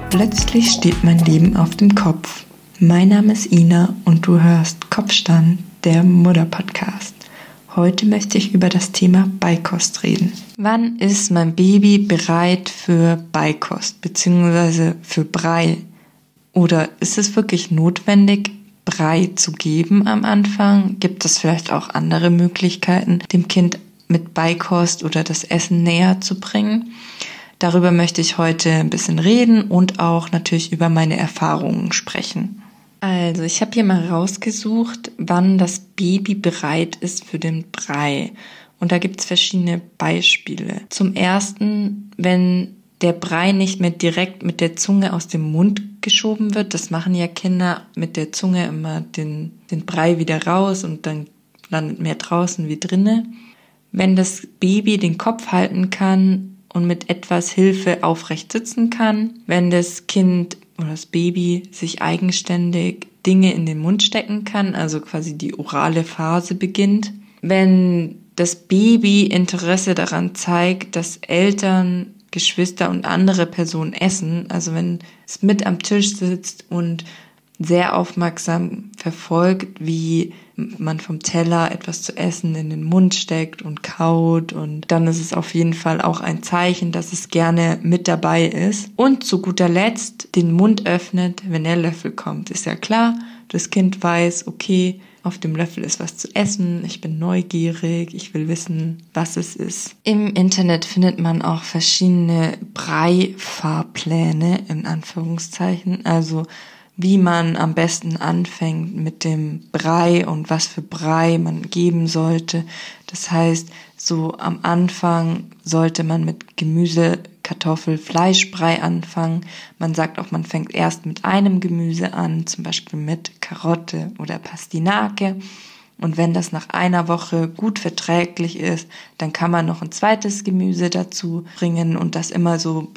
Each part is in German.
Plötzlich steht mein Leben auf dem Kopf. Mein Name ist Ina und du hörst Kopfstand, der Mutter-Podcast. Heute möchte ich über das Thema Beikost reden. Wann ist mein Baby bereit für Beikost bzw. für Brei? Oder ist es wirklich notwendig, Brei zu geben am Anfang? Gibt es vielleicht auch andere Möglichkeiten, dem Kind mit Beikost oder das Essen näher zu bringen? Darüber möchte ich heute ein bisschen reden und auch natürlich über meine Erfahrungen sprechen. Also, ich habe hier mal rausgesucht, wann das Baby bereit ist für den Brei. Und da gibt es verschiedene Beispiele. Zum ersten, wenn der Brei nicht mehr direkt mit der Zunge aus dem Mund geschoben wird. Das machen ja Kinder mit der Zunge immer den Brei wieder raus und dann landet mehr draußen wie drinne. Wenn das Baby den Kopf halten kann und mit etwas Hilfe aufrecht sitzen kann, wenn das Kind oder das Baby sich eigenständig Dinge in den Mund stecken kann, also quasi die orale Phase beginnt, wenn das Baby Interesse daran zeigt, dass Eltern, Geschwister und andere Personen essen, also wenn es mit am Tisch sitzt und sehr aufmerksam verfolgt, wie man vom Teller etwas zu essen in den Mund steckt und kaut, und dann ist es auf jeden Fall auch ein Zeichen, dass es gerne mit dabei ist. Und zu guter Letzt den Mund öffnet, wenn der Löffel kommt. Ist ja klar, das Kind weiß, okay, auf dem Löffel ist was zu essen, ich bin neugierig, ich will wissen, was es ist. Im Internet findet man auch verschiedene Brei-Fahrpläne, in Anführungszeichen, also wie man am besten anfängt mit dem Brei und was für Brei man geben sollte. Das heißt, so am Anfang sollte man mit Gemüse, Kartoffel, Fleischbrei anfangen. Man sagt auch, man fängt erst mit einem Gemüse an, zum Beispiel mit Karotte oder Pastinake. Und wenn das nach einer Woche gut verträglich ist, dann kann man noch ein zweites Gemüse dazu bringen und das immer so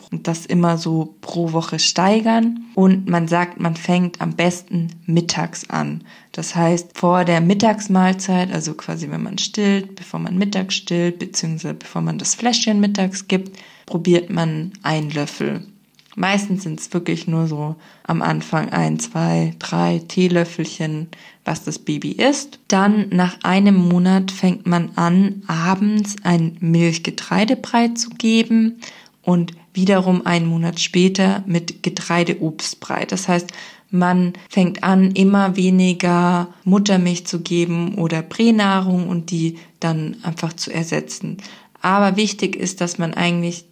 pro Woche steigern. Und man sagt, man fängt am besten mittags an. Das heißt, vor der Mittagsmahlzeit, also quasi wenn man stillt, bevor man mittags stillt, beziehungsweise bevor man das Fläschchen mittags gibt, probiert man einen Löffel. Meistens sind es wirklich nur so am Anfang 1, 2, 3 Teelöffelchen, was das Baby isst. Dann nach einem Monat fängt man an, abends einen Milchgetreidebrei zu geben und wiederum einen Monat später mit Getreideobstbrei. Das heißt, man fängt an, immer weniger Muttermilch zu geben oder Pränahrung und die dann einfach zu ersetzen. Aber wichtig ist, dass man eigentlich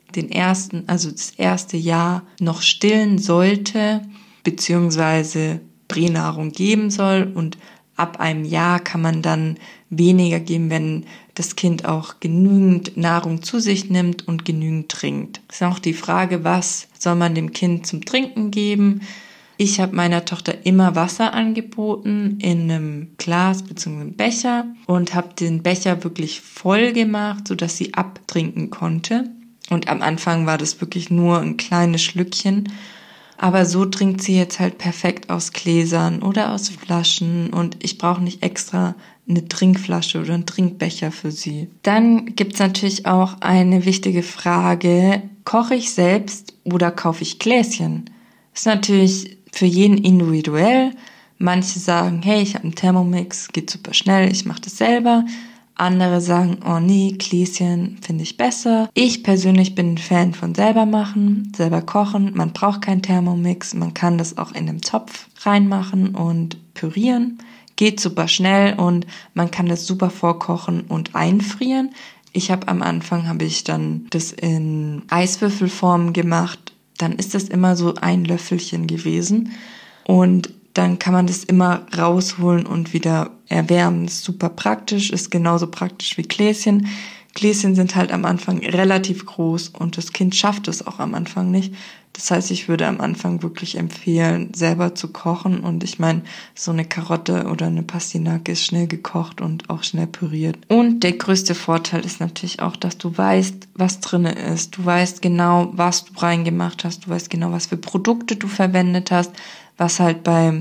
das erste Jahr noch stillen sollte, beziehungsweise Pränahrung geben soll, und ab einem Jahr kann man dann weniger geben, wenn das Kind auch genügend Nahrung zu sich nimmt und genügend trinkt. Es ist auch die Frage, was soll man dem Kind zum Trinken geben? Ich habe meiner Tochter immer Wasser angeboten in einem Glas bzw. einem Becher und habe den Becher wirklich voll gemacht, sodass sie abtrinken konnte. Und am Anfang war das wirklich nur ein kleines Schlückchen. Aber so trinkt sie jetzt halt perfekt aus Gläsern oder aus Flaschen und ich brauche nicht extra eine Trinkflasche oder einen Trinkbecher für sie. Dann gibt's natürlich auch eine wichtige Frage: Koche ich selbst oder kaufe ich Gläschen? Das ist natürlich für jeden individuell. Manche sagen, hey, ich habe einen Thermomix, geht super schnell, ich mache das selber. Andere sagen, oh nee, Gläschen finde ich besser. Ich persönlich bin ein Fan von selber machen, selber kochen. Man braucht keinen Thermomix, man kann das auch in einem Topf reinmachen und pürieren. Geht super schnell und man kann das super vorkochen und einfrieren. Am Anfang habe ich dann das in Eiswürfelform gemacht. Dann ist das immer so ein Löffelchen gewesen und dann kann man das immer rausholen und wieder erwärmen. Das ist super praktisch, ist genauso praktisch wie Gläschen. Gläschen sind halt am Anfang relativ groß und das Kind schafft es auch am Anfang nicht. Das heißt, ich würde am Anfang wirklich empfehlen, selber zu kochen. Und ich meine, so eine Karotte oder eine Pastinake ist schnell gekocht und auch schnell püriert. Und der größte Vorteil ist natürlich auch, dass du weißt, was drinne ist. Du weißt genau, was du reingemacht hast. Du weißt genau, was für Produkte du verwendet hast. Was halt beim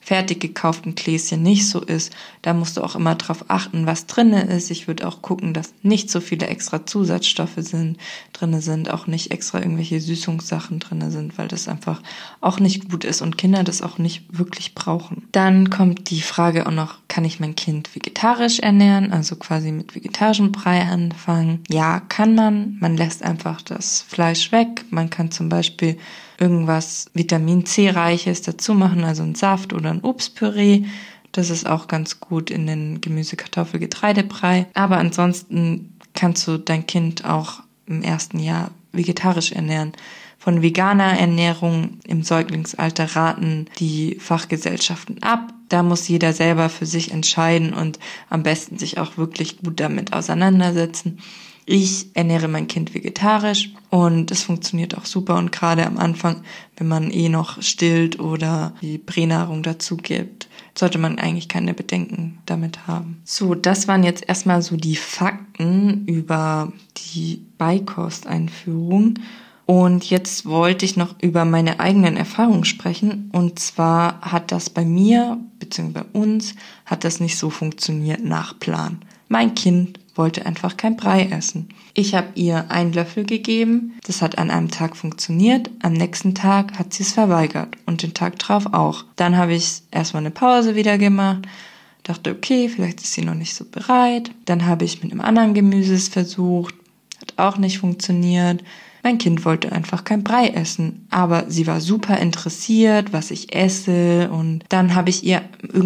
fertig gekauften Gläschen nicht so ist. Da musst du auch immer drauf achten, was drinne ist. Ich würde auch gucken, dass nicht so viele extra Zusatzstoffe drinne sind, auch nicht extra irgendwelche Süßungssachen drinne sind, weil das einfach auch nicht gut ist und Kinder das auch nicht wirklich brauchen. Dann kommt die Frage auch noch, kann ich mein Kind vegetarisch ernähren, also quasi mit vegetarischem Brei anfangen? Ja, kann man. Man lässt einfach das Fleisch weg. Man kann zum Beispiel irgendwas Vitamin C-reiches dazu machen, also einen Saft oder ein Obstpüree. Das ist auch ganz gut in den Gemüse-Kartoffel-Getreidebrei. Aber ansonsten kannst du dein Kind auch im ersten Jahr vegetarisch ernähren. Von veganer Ernährung im Säuglingsalter raten die Fachgesellschaften ab. Da muss jeder selber für sich entscheiden und am besten sich auch wirklich gut damit auseinandersetzen. Ich ernähre mein Kind vegetarisch und es funktioniert auch super. Und gerade am Anfang, wenn man noch stillt oder die Pränahrung dazu gibt, sollte man eigentlich keine Bedenken damit haben. So, das waren jetzt erstmal so die Fakten über die Beikosteinführung. Und jetzt wollte ich noch über meine eigenen Erfahrungen sprechen. Und zwar hat das bei mir, beziehungsweise bei uns, hat das nicht so funktioniert nach Plan. Mein Kind wollte einfach kein Brei essen. Ich habe ihr 1 Löffel gegeben. Das hat an einem Tag funktioniert. Am nächsten Tag hat sie es verweigert. Und den Tag drauf auch. Dann habe ich erstmal eine Pause wieder gemacht. Dachte, okay, vielleicht ist sie noch nicht so bereit. Dann habe ich mit einem anderen Gemüse es versucht. Hat auch nicht funktioniert. Mein Kind wollte einfach kein Brei essen, aber sie war super interessiert, was ich esse, und dann habe ich ihr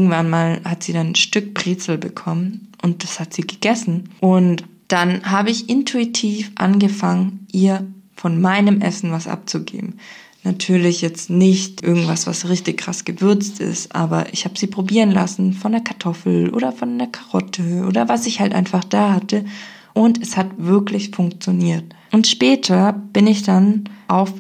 hat sie dann ein Stück Brezel bekommen und das hat sie gegessen, und dann habe ich intuitiv angefangen, ihr von meinem Essen was abzugeben. Natürlich jetzt nicht irgendwas, was richtig krass gewürzt ist, aber ich habe sie probieren lassen von der Kartoffel oder von der Karotte oder was ich halt einfach da hatte. Und es hat wirklich funktioniert. Und später bin ich dann auf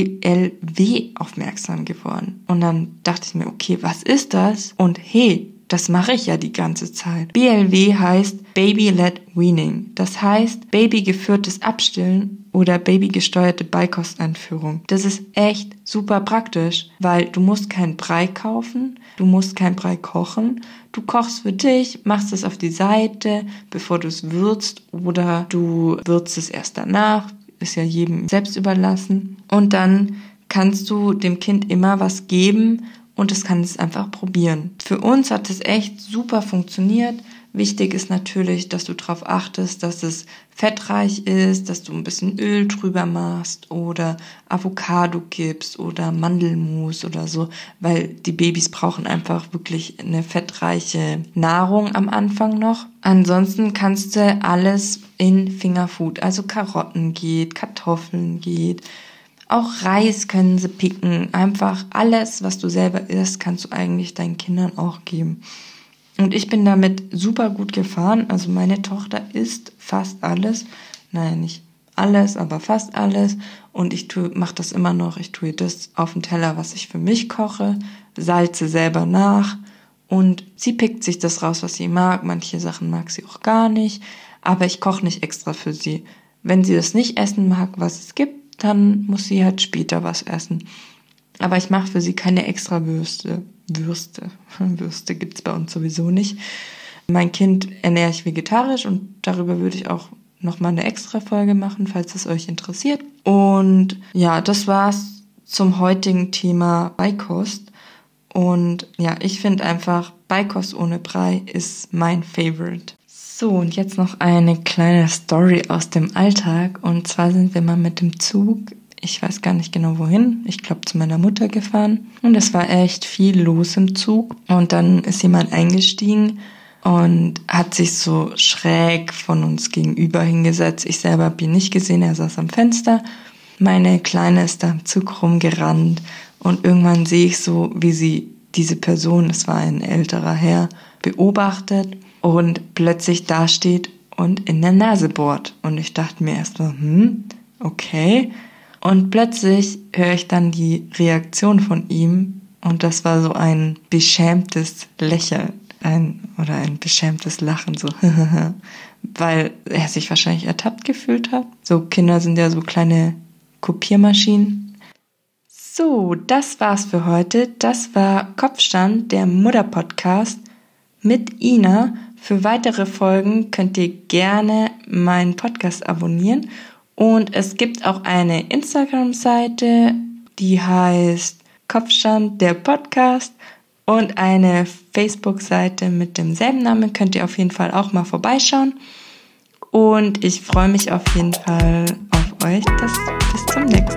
BLW aufmerksam geworden. Und dann dachte ich mir, okay, was ist das? Und hey, das mache ich ja die ganze Zeit. BLW heißt Baby-led Weaning. Das heißt babygeführtes Abstillen oder babygesteuerte Beikosteinführung. Das ist echt super praktisch, weil du musst keinen Brei kaufen, du musst keinen Brei kochen. Du kochst für dich, machst es auf die Seite, bevor du es würzt, oder du würzt es erst danach. Ist ja jedem selbst überlassen. Und dann kannst du dem Kind immer was geben und es kann es einfach probieren. Für uns hat es echt super funktioniert. Wichtig ist natürlich, dass du darauf achtest, dass es fettreich ist, dass du ein bisschen Öl drüber machst oder Avocado gibst oder Mandelmus oder so, weil die Babys brauchen einfach wirklich eine fettreiche Nahrung am Anfang noch. Ansonsten kannst du alles in Fingerfood, also Karotten geht, Kartoffeln geht, auch Reis können sie picken. Einfach alles, was du selber isst, kannst du eigentlich deinen Kindern auch geben. Und ich bin damit super gut gefahren. Also meine Tochter isst fast alles. Nein, nicht alles, aber fast alles. Und ich mache das immer noch. Ich tue das auf den Teller, was ich für mich koche, salze selber nach. Und sie pickt sich das raus, was sie mag. Manche Sachen mag sie auch gar nicht. Aber ich koche nicht extra für sie. Wenn sie das nicht essen mag, was es gibt, dann muss sie halt später was essen. Aber ich mache für sie keine extra Würste gibt's bei uns sowieso nicht. Mein Kind ernähre ich vegetarisch und darüber würde ich auch nochmal eine extra Folge machen, falls es euch interessiert. Und ja, das war's zum heutigen Thema Beikost. Und ja, ich finde einfach, Beikost ohne Brei ist mein Favorite. So, und jetzt noch eine kleine Story aus dem Alltag. Und zwar sind wir mal mit dem Zug, ich weiß gar nicht genau wohin, ich glaube zu meiner Mutter gefahren. Und es war echt viel los im Zug. Und dann ist jemand eingestiegen und hat sich so schräg von uns gegenüber hingesetzt. Ich selber habe ihn nicht gesehen, er saß am Fenster. Meine Kleine ist da im Zug rumgerannt. Und irgendwann sehe ich so, wie sie diese Person, es war ein älterer Herr, beobachtet und plötzlich dasteht und in der Nase bohrt. Und ich dachte mir erst so, okay. Und plötzlich höre ich dann die Reaktion von ihm und das war so ein beschämtes Lächeln, ein beschämtes Lachen, so, weil er sich wahrscheinlich ertappt gefühlt hat. So Kinder sind ja so kleine Kopiermaschinen. So, das war's für heute. Das war Kopfstand, der Mutter-Podcast mit Ina. Für weitere Folgen könnt ihr gerne meinen Podcast abonnieren. Und es gibt auch eine Instagram-Seite, die heißt Kopfstand, der Podcast. Und eine Facebook-Seite mit demselben Namen. Könnt ihr auf jeden Fall auch mal vorbeischauen. Und ich freue mich auf jeden Fall auf euch. Bis zum nächsten Mal.